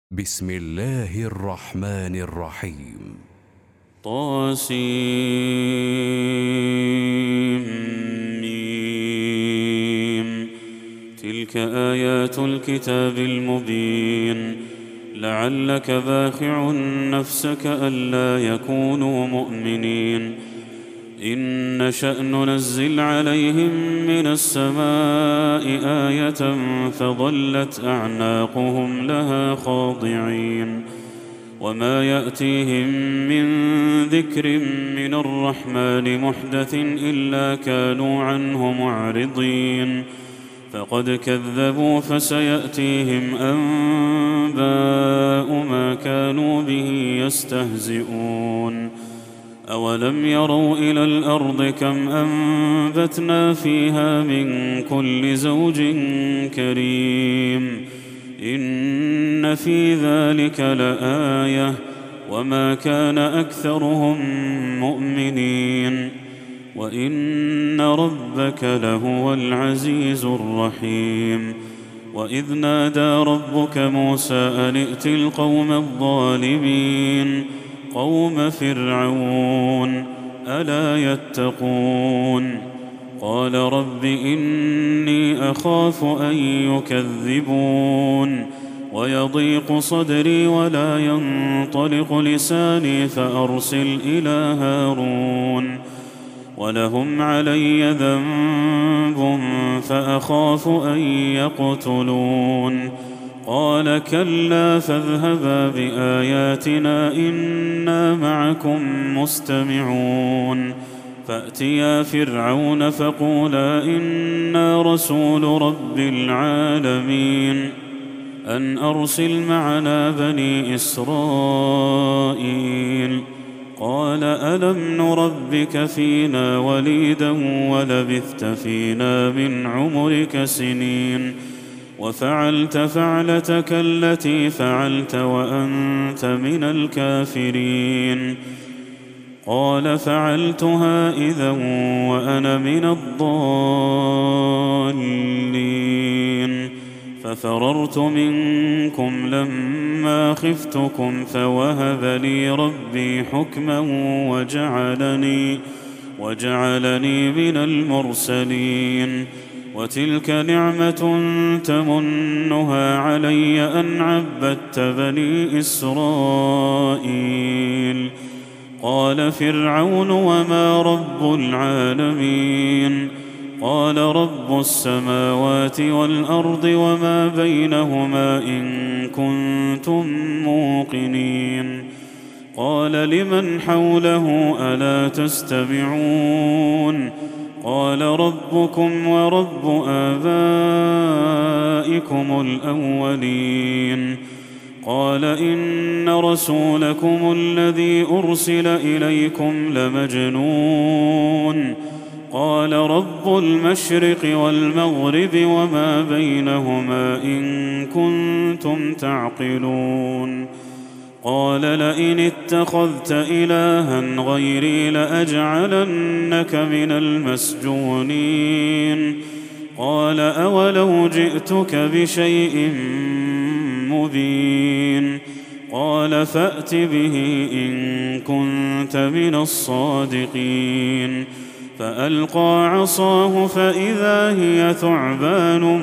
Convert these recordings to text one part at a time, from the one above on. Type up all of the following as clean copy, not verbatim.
بسم الله الرحمن الرحيم. طاسيم. تلك آيات الكتاب المبين. لعلك باخع نفسك ألا يكونوا مؤمنين. إن نشأ ننزل عليهم من السماء آية فظلت أعناقهم لها خاضعين. وما يأتيهم من ذكر من الرحمن محدث إلا كانوا عنه معرضين. فقد كذبوا فسيأتيهم أنباء ما كانوا به يستهزئون. أولم يروا إلى الأرض كم أنبتنا فيها من كل زوج كريم. إن في ذلك لآية وما كان أكثرهم مؤمنين وإن ربك لهو العزيز الرحيم. وإذ نادى ربك موسى أن ائت القوم الظالمين قوم فرعون ألا يتقون. قال رب إني أخاف أن يكذبون ويضيق صدري ولا ينطلق لساني فأرسل إلى هارون ولهم علي ذنب فأخاف أن يقتلون. قال كلا فاذهبا بآياتنا إنا معكم مستمعون. فأتيا فرعون فقولا إنا رسول رب العالمين أن أرسل معنا بني إسرائيل. قال ألم نربك فينا وليدا ولبثت فينا من عمرك سنين وفعلت فعلتك التي فعلت وأنت من الكافرين. قال فعلتها إذا وأنا من الضالين. ففررت منكم لما خفتكم فوهب لي ربي حكما وجعلني من المرسلين. وتلك نعمة تمنها علي أن عبدت بني إسرائيل. قال فرعون وما رب العالمين. قال رب السماوات والأرض وما بينهما إن كنتم موقنين. قال لمن حوله ألا تستمعون. قال ربكم ورب آبائكم الأولين. قال إن رسولكم الذي أرسل إليكم لمجنون. قال رب المشرق والمغرب وما بينهما إن كنتم تعقلون. قال لئن اتخذت إلها غيري لأجعلنك من المسجونين. قال أولو جئتك بشيء مبين. قال فأت به إن كنت من الصادقين. فألقى عصاه فإذا هي ثعبان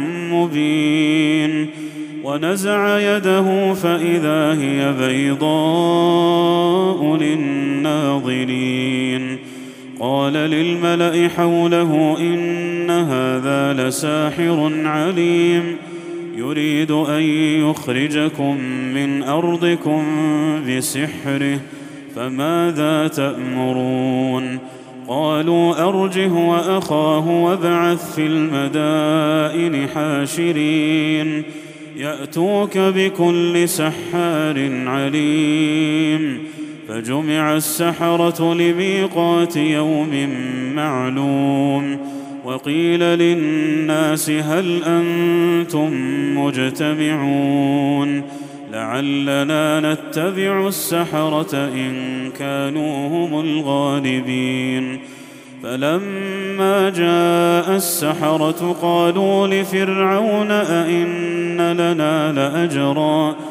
مبين. ونزع يده فإذا هي بيضاء للناظرين. قال للملأ حوله إن هذا لساحر عليم يريد أن يخرجكم من أرضكم بسحره فماذا تأمرون؟ قالوا أرجه وأخاه وابعث في المدائن حاشرين يأتوك بكل سحار عليم. فجمع السحرة لميقات يوم معلوم. وقيل للناس هل أنتم مجتمعون لعلنا نتبع السحرة إن كانوا هم الغالبين. فلما جاء السحرة قالوا لفرعون أئن لنا لأجرا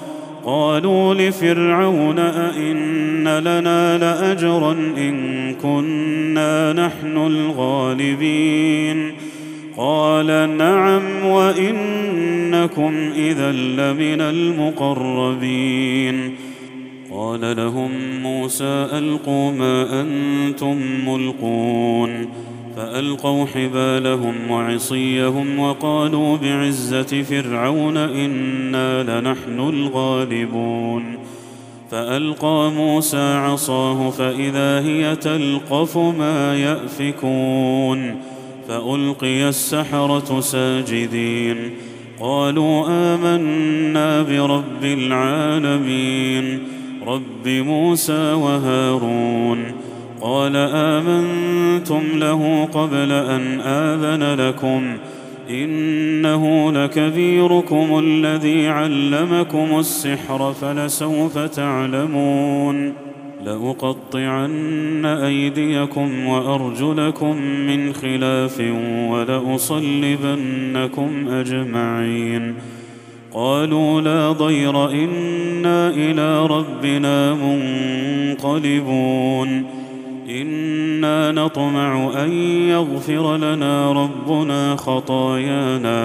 قالوا لفرعون أئن لنا لأجرا إن كنا نحن الغالبين قال نعم وإنكم إذا لمن المقربين قال لهم موسى ألقوا ما أنتم ملقون فألقوا حبالهم وعصيهم وقالوا بعزة فرعون إنا لنحن الغالبون فألقى موسى عصاه فإذا هي تلقف ما يأفكون فألقي السحرة ساجدين قالوا آمنا برب العالمين رب موسى وهارون قال آمنتم له قبل أن آذن لكم إنه لكبيركم الذي علمكم السحر فلسوف تعلمون لأقطعن أيديكم وأرجلكم من خلاف ولأصلبنكم أجمعين قالوا لا ضير إنا إلى ربنا منقلبون إنا نطمع أن يغفر لنا ربنا خطايانا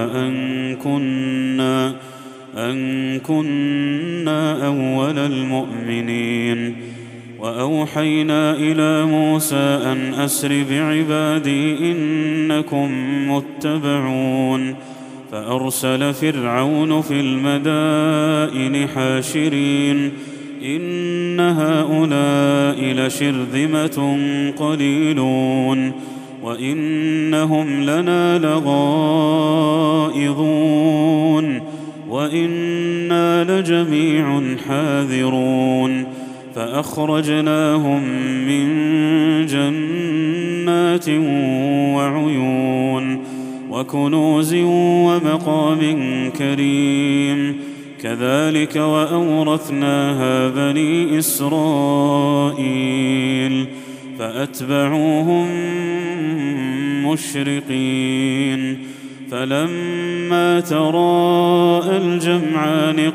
أن كنا أول المؤمنين وأوحينا إلى موسى أن أسر بعبادي إنكم متبعون فأرسل فرعون في المدائن حاشرين إن هؤلاء لشرذمة قليلون وإنهم لنا لغائظون وإنا لجميع حاذرون فأخرجناهم من جنات وعيون وكنوز ومقام كريم كذلك وأورثناها بني إسرائيل فأتبعوهم مشرقين فلما تراءى الجمعان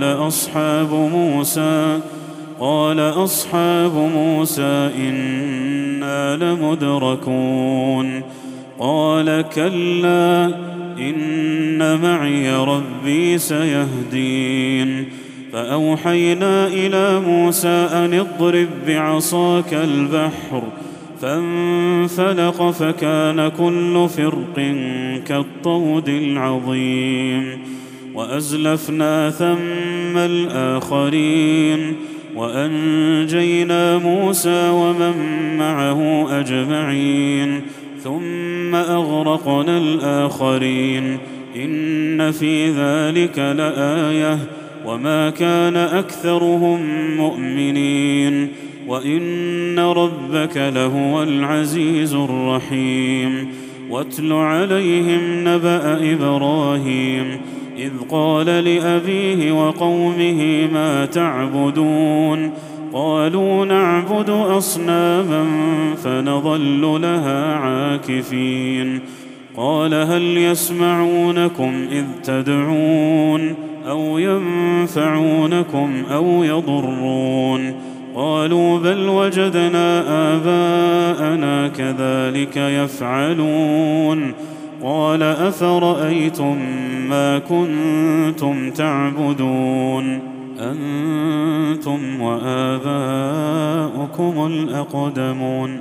قال أصحاب موسى إنا لمدركون قال كلا إن معي ربي سيهدين فأوحينا إلى موسى أن اضرب بعصاك البحر فانفلق فكان كل فرق كالطود العظيم وأزلفنا ثم الآخرين وأنجينا موسى ومن معه أجمعين ثم أغرقنا الآخرين إن في ذلك لآية وما كان أكثرهم مؤمنين وإن ربك لهو العزيز الرحيم واتل عليهم نبأ إبراهيم إذ قال لأبيه وقومه ما تعبدون قالوا نعبد أصناما فنظل لها عاكفين قال هل يسمعونكم إذ تدعون أو ينفعونكم أو يضرون قالوا بل وجدنا آباءنا كذلك يفعلون قال أفرأيتم ما كنتم تعبدون أنتم وآباؤكم الأقدمون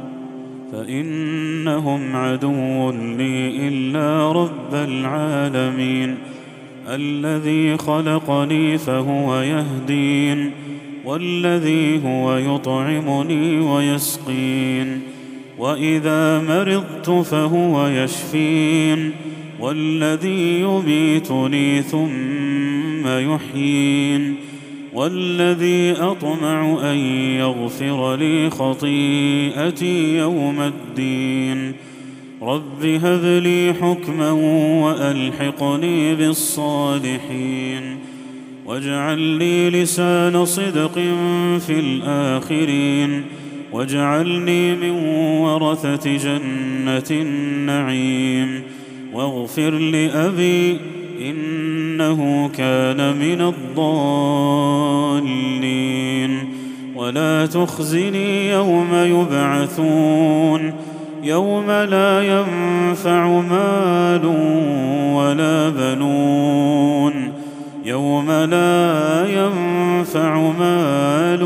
فإنهم عدو لي إلا رب العالمين الذي خلقني فهو يهدين والذي هو يطعمني ويسقين وإذا مرضت فهو يشفين والذي يميتني ثم يحيين والذي أطمع أن يغفر لي خطيئتي يوم الدين رب هب لي حكما وألحقني بالصالحين واجعل لي لسان صدق في الآخرين واجعلني من ورثة جنة النعيم واغفر لأبي إنه إنه كان من الضالين ولا تخزني يوم يبعثون يوم لا ينفع مال ولا بنون يوم لا ينفع مال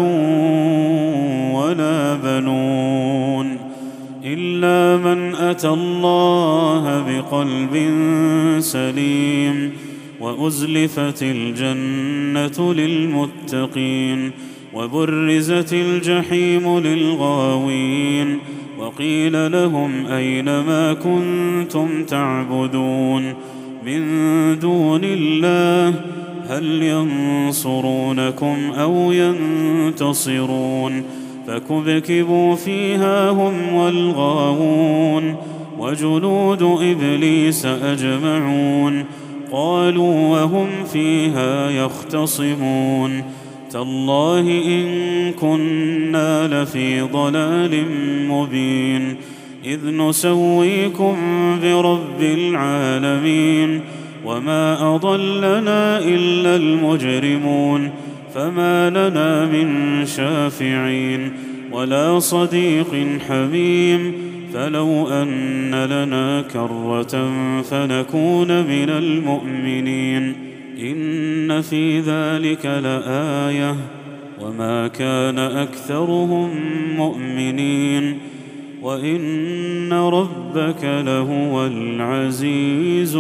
ولا بنون إلا من أتى الله بقلب سليم وأزلفت الجنة للمتقين وبرزت الجحيم للغاوين وقيل لهم أين ما كنتم تعبدون من دون الله هل ينصرونكم أو ينتصرون فكبكبوا فيها هم والغاوون وجنود إبليس أجمعون قالوا وهم فيها يختصمون تالله إن كنا لفي ضلال مبين إذ نسويكم برب العالمين وما أضلنا إلا المجرمون فما لنا من شافعين ولا صديق حميم فلو أن لنا كرة فنكون من المؤمنين إن في ذلك لآية وما كان أكثرهم مؤمنين وإن ربك لهو العزيز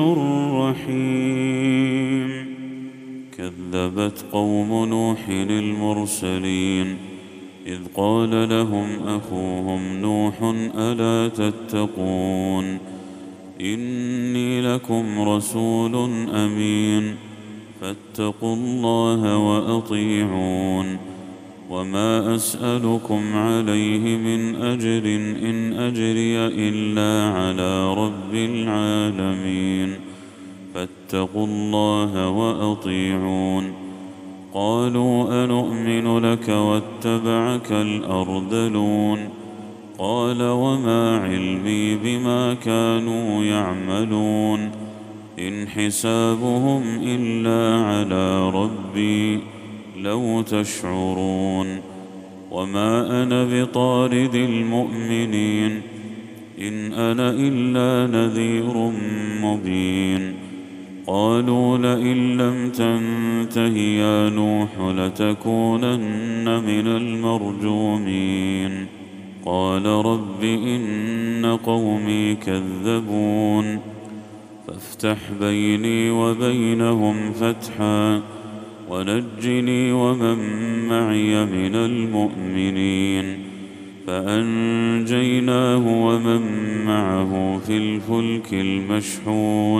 الرحيم كذبت قوم نوح المرسلين إذ قال لهم أخوهم نوح ألا تتقون إني لكم رسول أمين فاتقوا الله وأطيعون وما أسألكم عليه من أجر إن أجري إلا على رب العالمين فاتقوا الله وأطيعون قالوا أنؤمن لك واتبعك الأرذلون قال وما علمي بما كانوا يعملون إن حسابهم إلا على ربي لو تشعرون وما أنا بطارد المؤمنين إن أنا إلا نذير مبين قالوا لئن لم تنته يا نوح لتكونن من المرجومين قال رب إن قومي كذبون فافتح بيني وبينهم فتحا ونجني ومن معي من المؤمنين فأنجيناه ومن معه في الفلك المشحون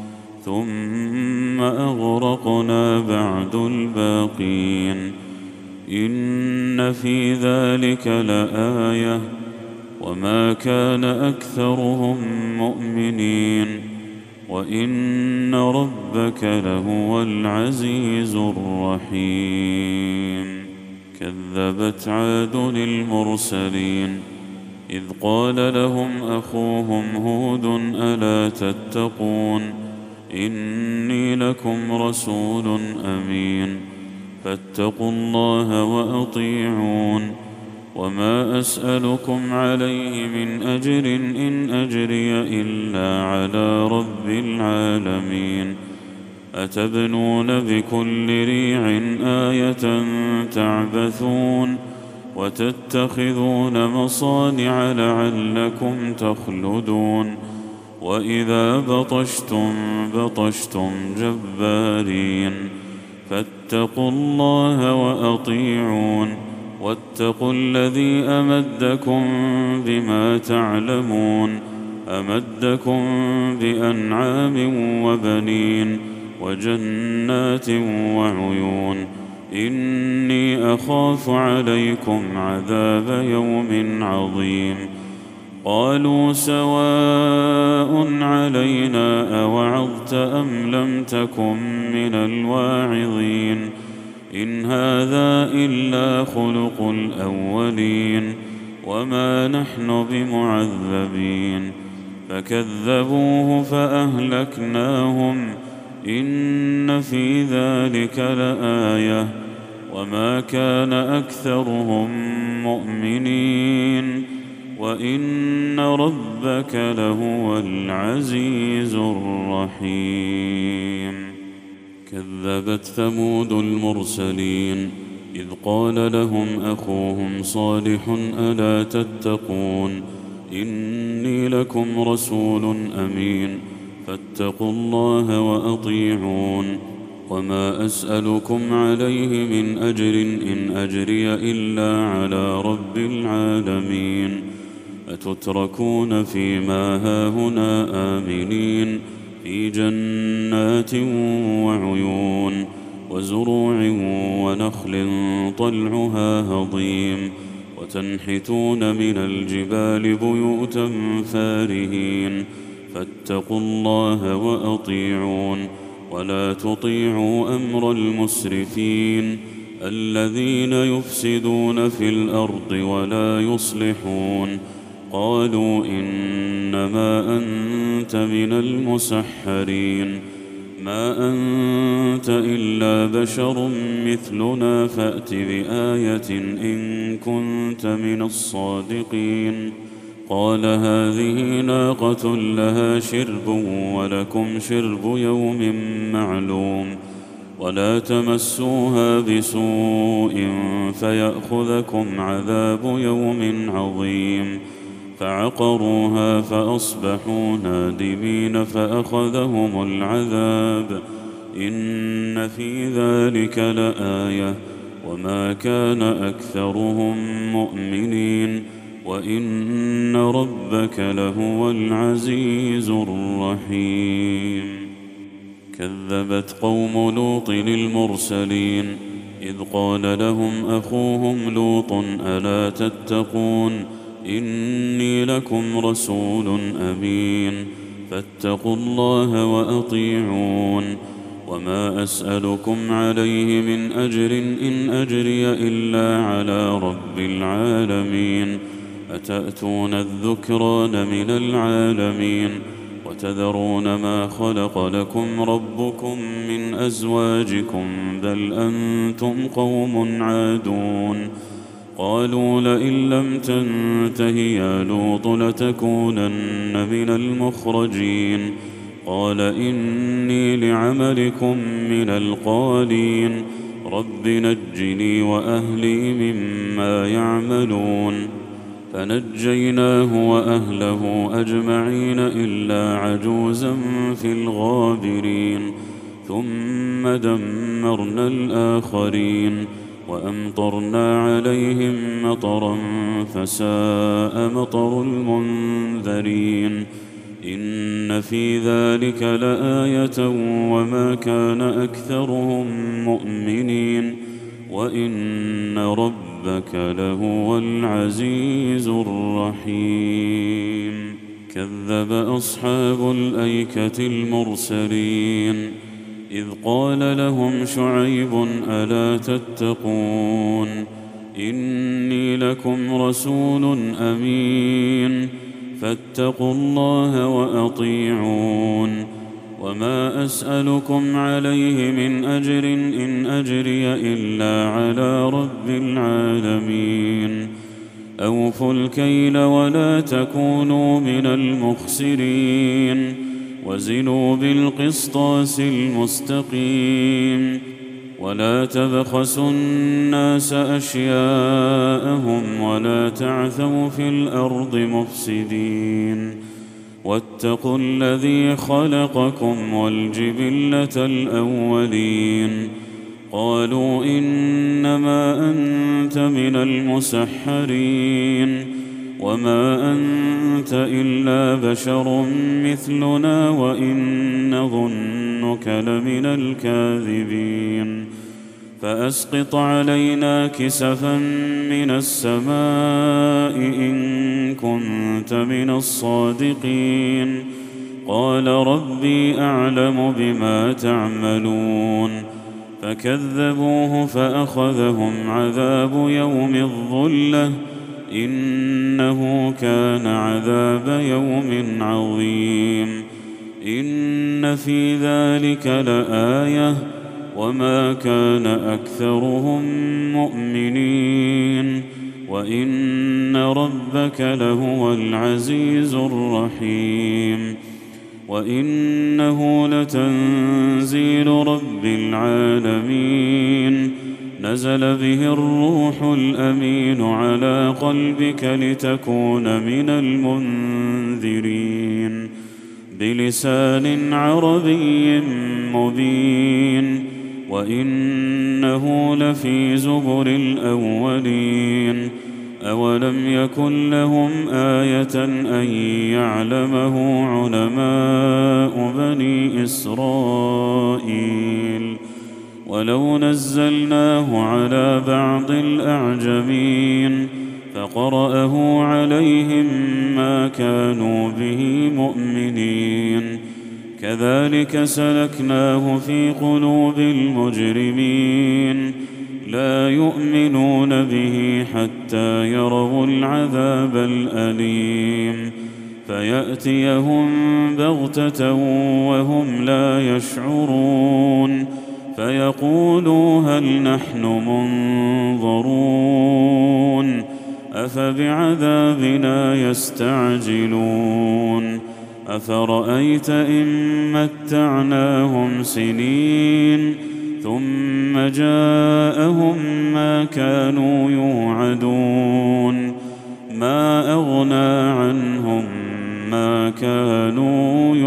ثم أغرقنا بعد الباقين إن في ذلك لآية وما كان أكثرهم مؤمنين وإن ربك لهو العزيز الرحيم كذبت عاد المرسلين إذ قال لهم أخوهم هود ألا تتقون إني لكم رسول أمين فاتقوا الله وأطيعون وما أسألكم عليه من أجر إن أجري إلا على رب العالمين أتبنون بكل ريع آية تعبثون وتتخذون مصانع لعلكم تخلدون وإذا بطشتم بطشتم جبارين فاتقوا الله وأطيعون واتقوا الذي أمدكم بما تعلمون أمدكم بأنعام وبنين وجنات وعيون إني أخاف عليكم عذاب يوم عظيم قالوا سواء علينا أوعظت أم لم تكن من الواعظين إن هذا إلا خلق الأولين وما نحن بمعذبين فكذبوه فأهلكناهم إن في ذلك لآية وما كان أكثرهم مؤمنين وإن ربك لهو العزيز الرحيم. كذبت ثمود المرسلين إذ قال لهم أخوهم صالح ألا تتقون إني لكم رسول أمين فاتقوا الله وأطيعون وما أسألكم عليه من أجر إن أجري إلا على رب العالمين أتتركون فيما هاهنا آمنين في جنات وعيون وزروع ونخل طلعها هضيم وتنحتون من الجبال بيوتا فارهين فاتقوا الله وأطيعون ولا تطيعوا أمر المسرفين الذين يفسدون في الأرض ولا يصلحون قالوا إنما أنت من المسحرين ما أنت إلا بشر مثلنا فأت بآية إن كنت من الصادقين قال هذه ناقة لها شرب ولكم شرب يوم معلوم ولا تمسوها بسوء فيأخذكم عذاب يوم عظيم فعقروها فأصبحوا نادمين فأخذهم العذاب إن في ذلك لآية وما كان أكثرهم مؤمنين وإن ربك لهو العزيز الرحيم. كذبت قوم لوط المرسلين إذ قال لهم أخوهم لوط ألا تتقون إني لكم رسول أمين فاتقوا الله وأطيعون وما أسألكم عليه من أجر إن أجري إلا على رب العالمين أتأتون الذكران من العالمين وتذرون ما خلق لكم ربكم من أزواجكم بل أنتم قوم عادون قالوا لئن لم تنته يا لوط لتكونن من المخرجين قال إني لعملكم من القالين رب نجني وأهلي مما يعملون فنجيناه وأهله أجمعين إلا عجوزا في الغابرين ثم دمرنا الآخرين وأمطرنا عليهم مطرا فساء مطر المنذرين إن في ذلك لآية وما كان أكثرهم مؤمنين وإن ربك لهو العزيز الرحيم. كذب أصحاب الأيكة المرسلين إذ قال لهم شعيب ألا تتقون إني لكم رسول أمين فاتقوا الله وأطيعون وما أسألكم عليه من أجر إن أجري إلا على رب العالمين أوفوا الكيل ولا تكونوا من المخسرين وزنوا بالقسطاس المستقيم ولا تبخسوا الناس أشياءهم ولا تعثوا في الأرض مفسدين واتقوا الذي خلقكم والجبلة الأولين قالوا إنما أنت من المسحرين وما أنت إلا بشر مثلنا وإن نظنك لمن الكاذبين فأسقط علينا كسفا من السماء إن كنت من الصادقين قال ربي أعلم بما تعملون فكذبوه فأخذهم عذاب يوم الظلة إنه كان عذاب يوم عظيم إن في ذلك لآية وما كان أكثرهم مؤمنين وإن ربك لهو العزيز الرحيم وإنه لتنزيل رب العالمين نزل به الروح الأمين على قلبك لتكون من المنذرين بلسان عربي مبين وإنه لفي زبر الأولين أولم يكن لهم آية أن يعلمه علماء بني إسرائيل ولو نزلناه على بعض الأعجمين فقرأه عليهم ما كانوا به مؤمنين كذلك سلكناه في قلوب المجرمين لا يؤمنون به حتى يروا العذاب الأليم فيأتيهم بغتة وهم لا يشعرون فيقولوا هل نحن منظرون أفبعذابنا يستعجلون أفرأيت إن متعناهم سنين ثم جاءهم ما كانوا يوعدون ما أغنى عنهم ما كانوا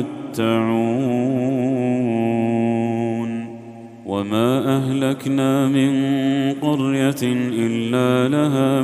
يمتعون وما أهلكنا من قرية إلا لها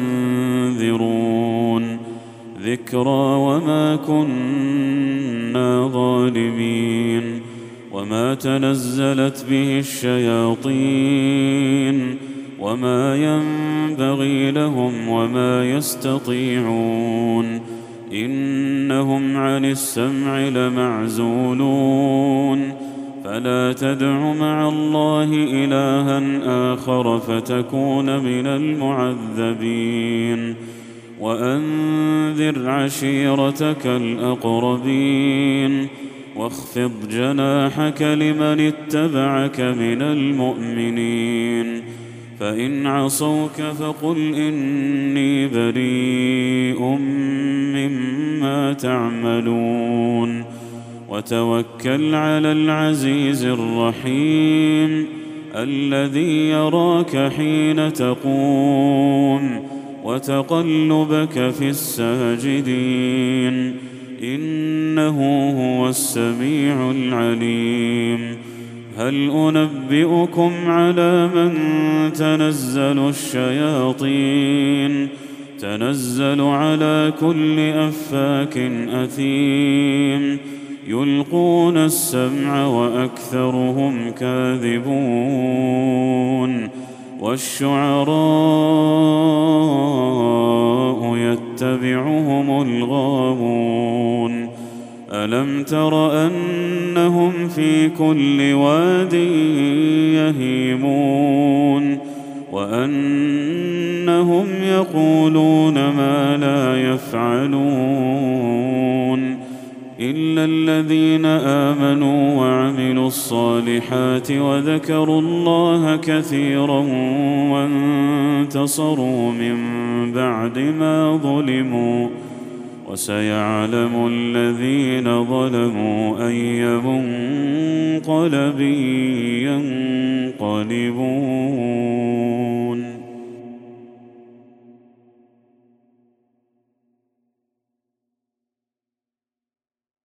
منذرون ذكرى وما كنا ظالمين وما تنزلت به الشياطين وما ينبغي لهم وما يستطيعون إنهم عن السمع لمعزولون فلا تدع مع الله إلها آخر فتكون من المعذبين وأنذر عشيرتك الأقربين واخفض جناحك لمن اتبعك من المؤمنين فإن عصوك فقل إني بريء مما تعملون وتوكل على العزيز الرحيم الذي يراك حين تقوم وتقلبك في الساجدين إنه هو السميع العليم هل أنبئكم على من تنزل الشياطين تنزل على كل أفاك أثيم يلقون السمع وأكثرهم كاذبون والشعراء يتبعهم الغاوون ألم تر أنهم في كل واد يهيمون وأنهم يقولون ما لا يفعلون إلا الذين آمنوا وعملوا الصالحات وذكروا الله كثيرا وانتصروا من بعد ما ظلموا وسيعلم الذين ظلموا أي منقلب ينقلبون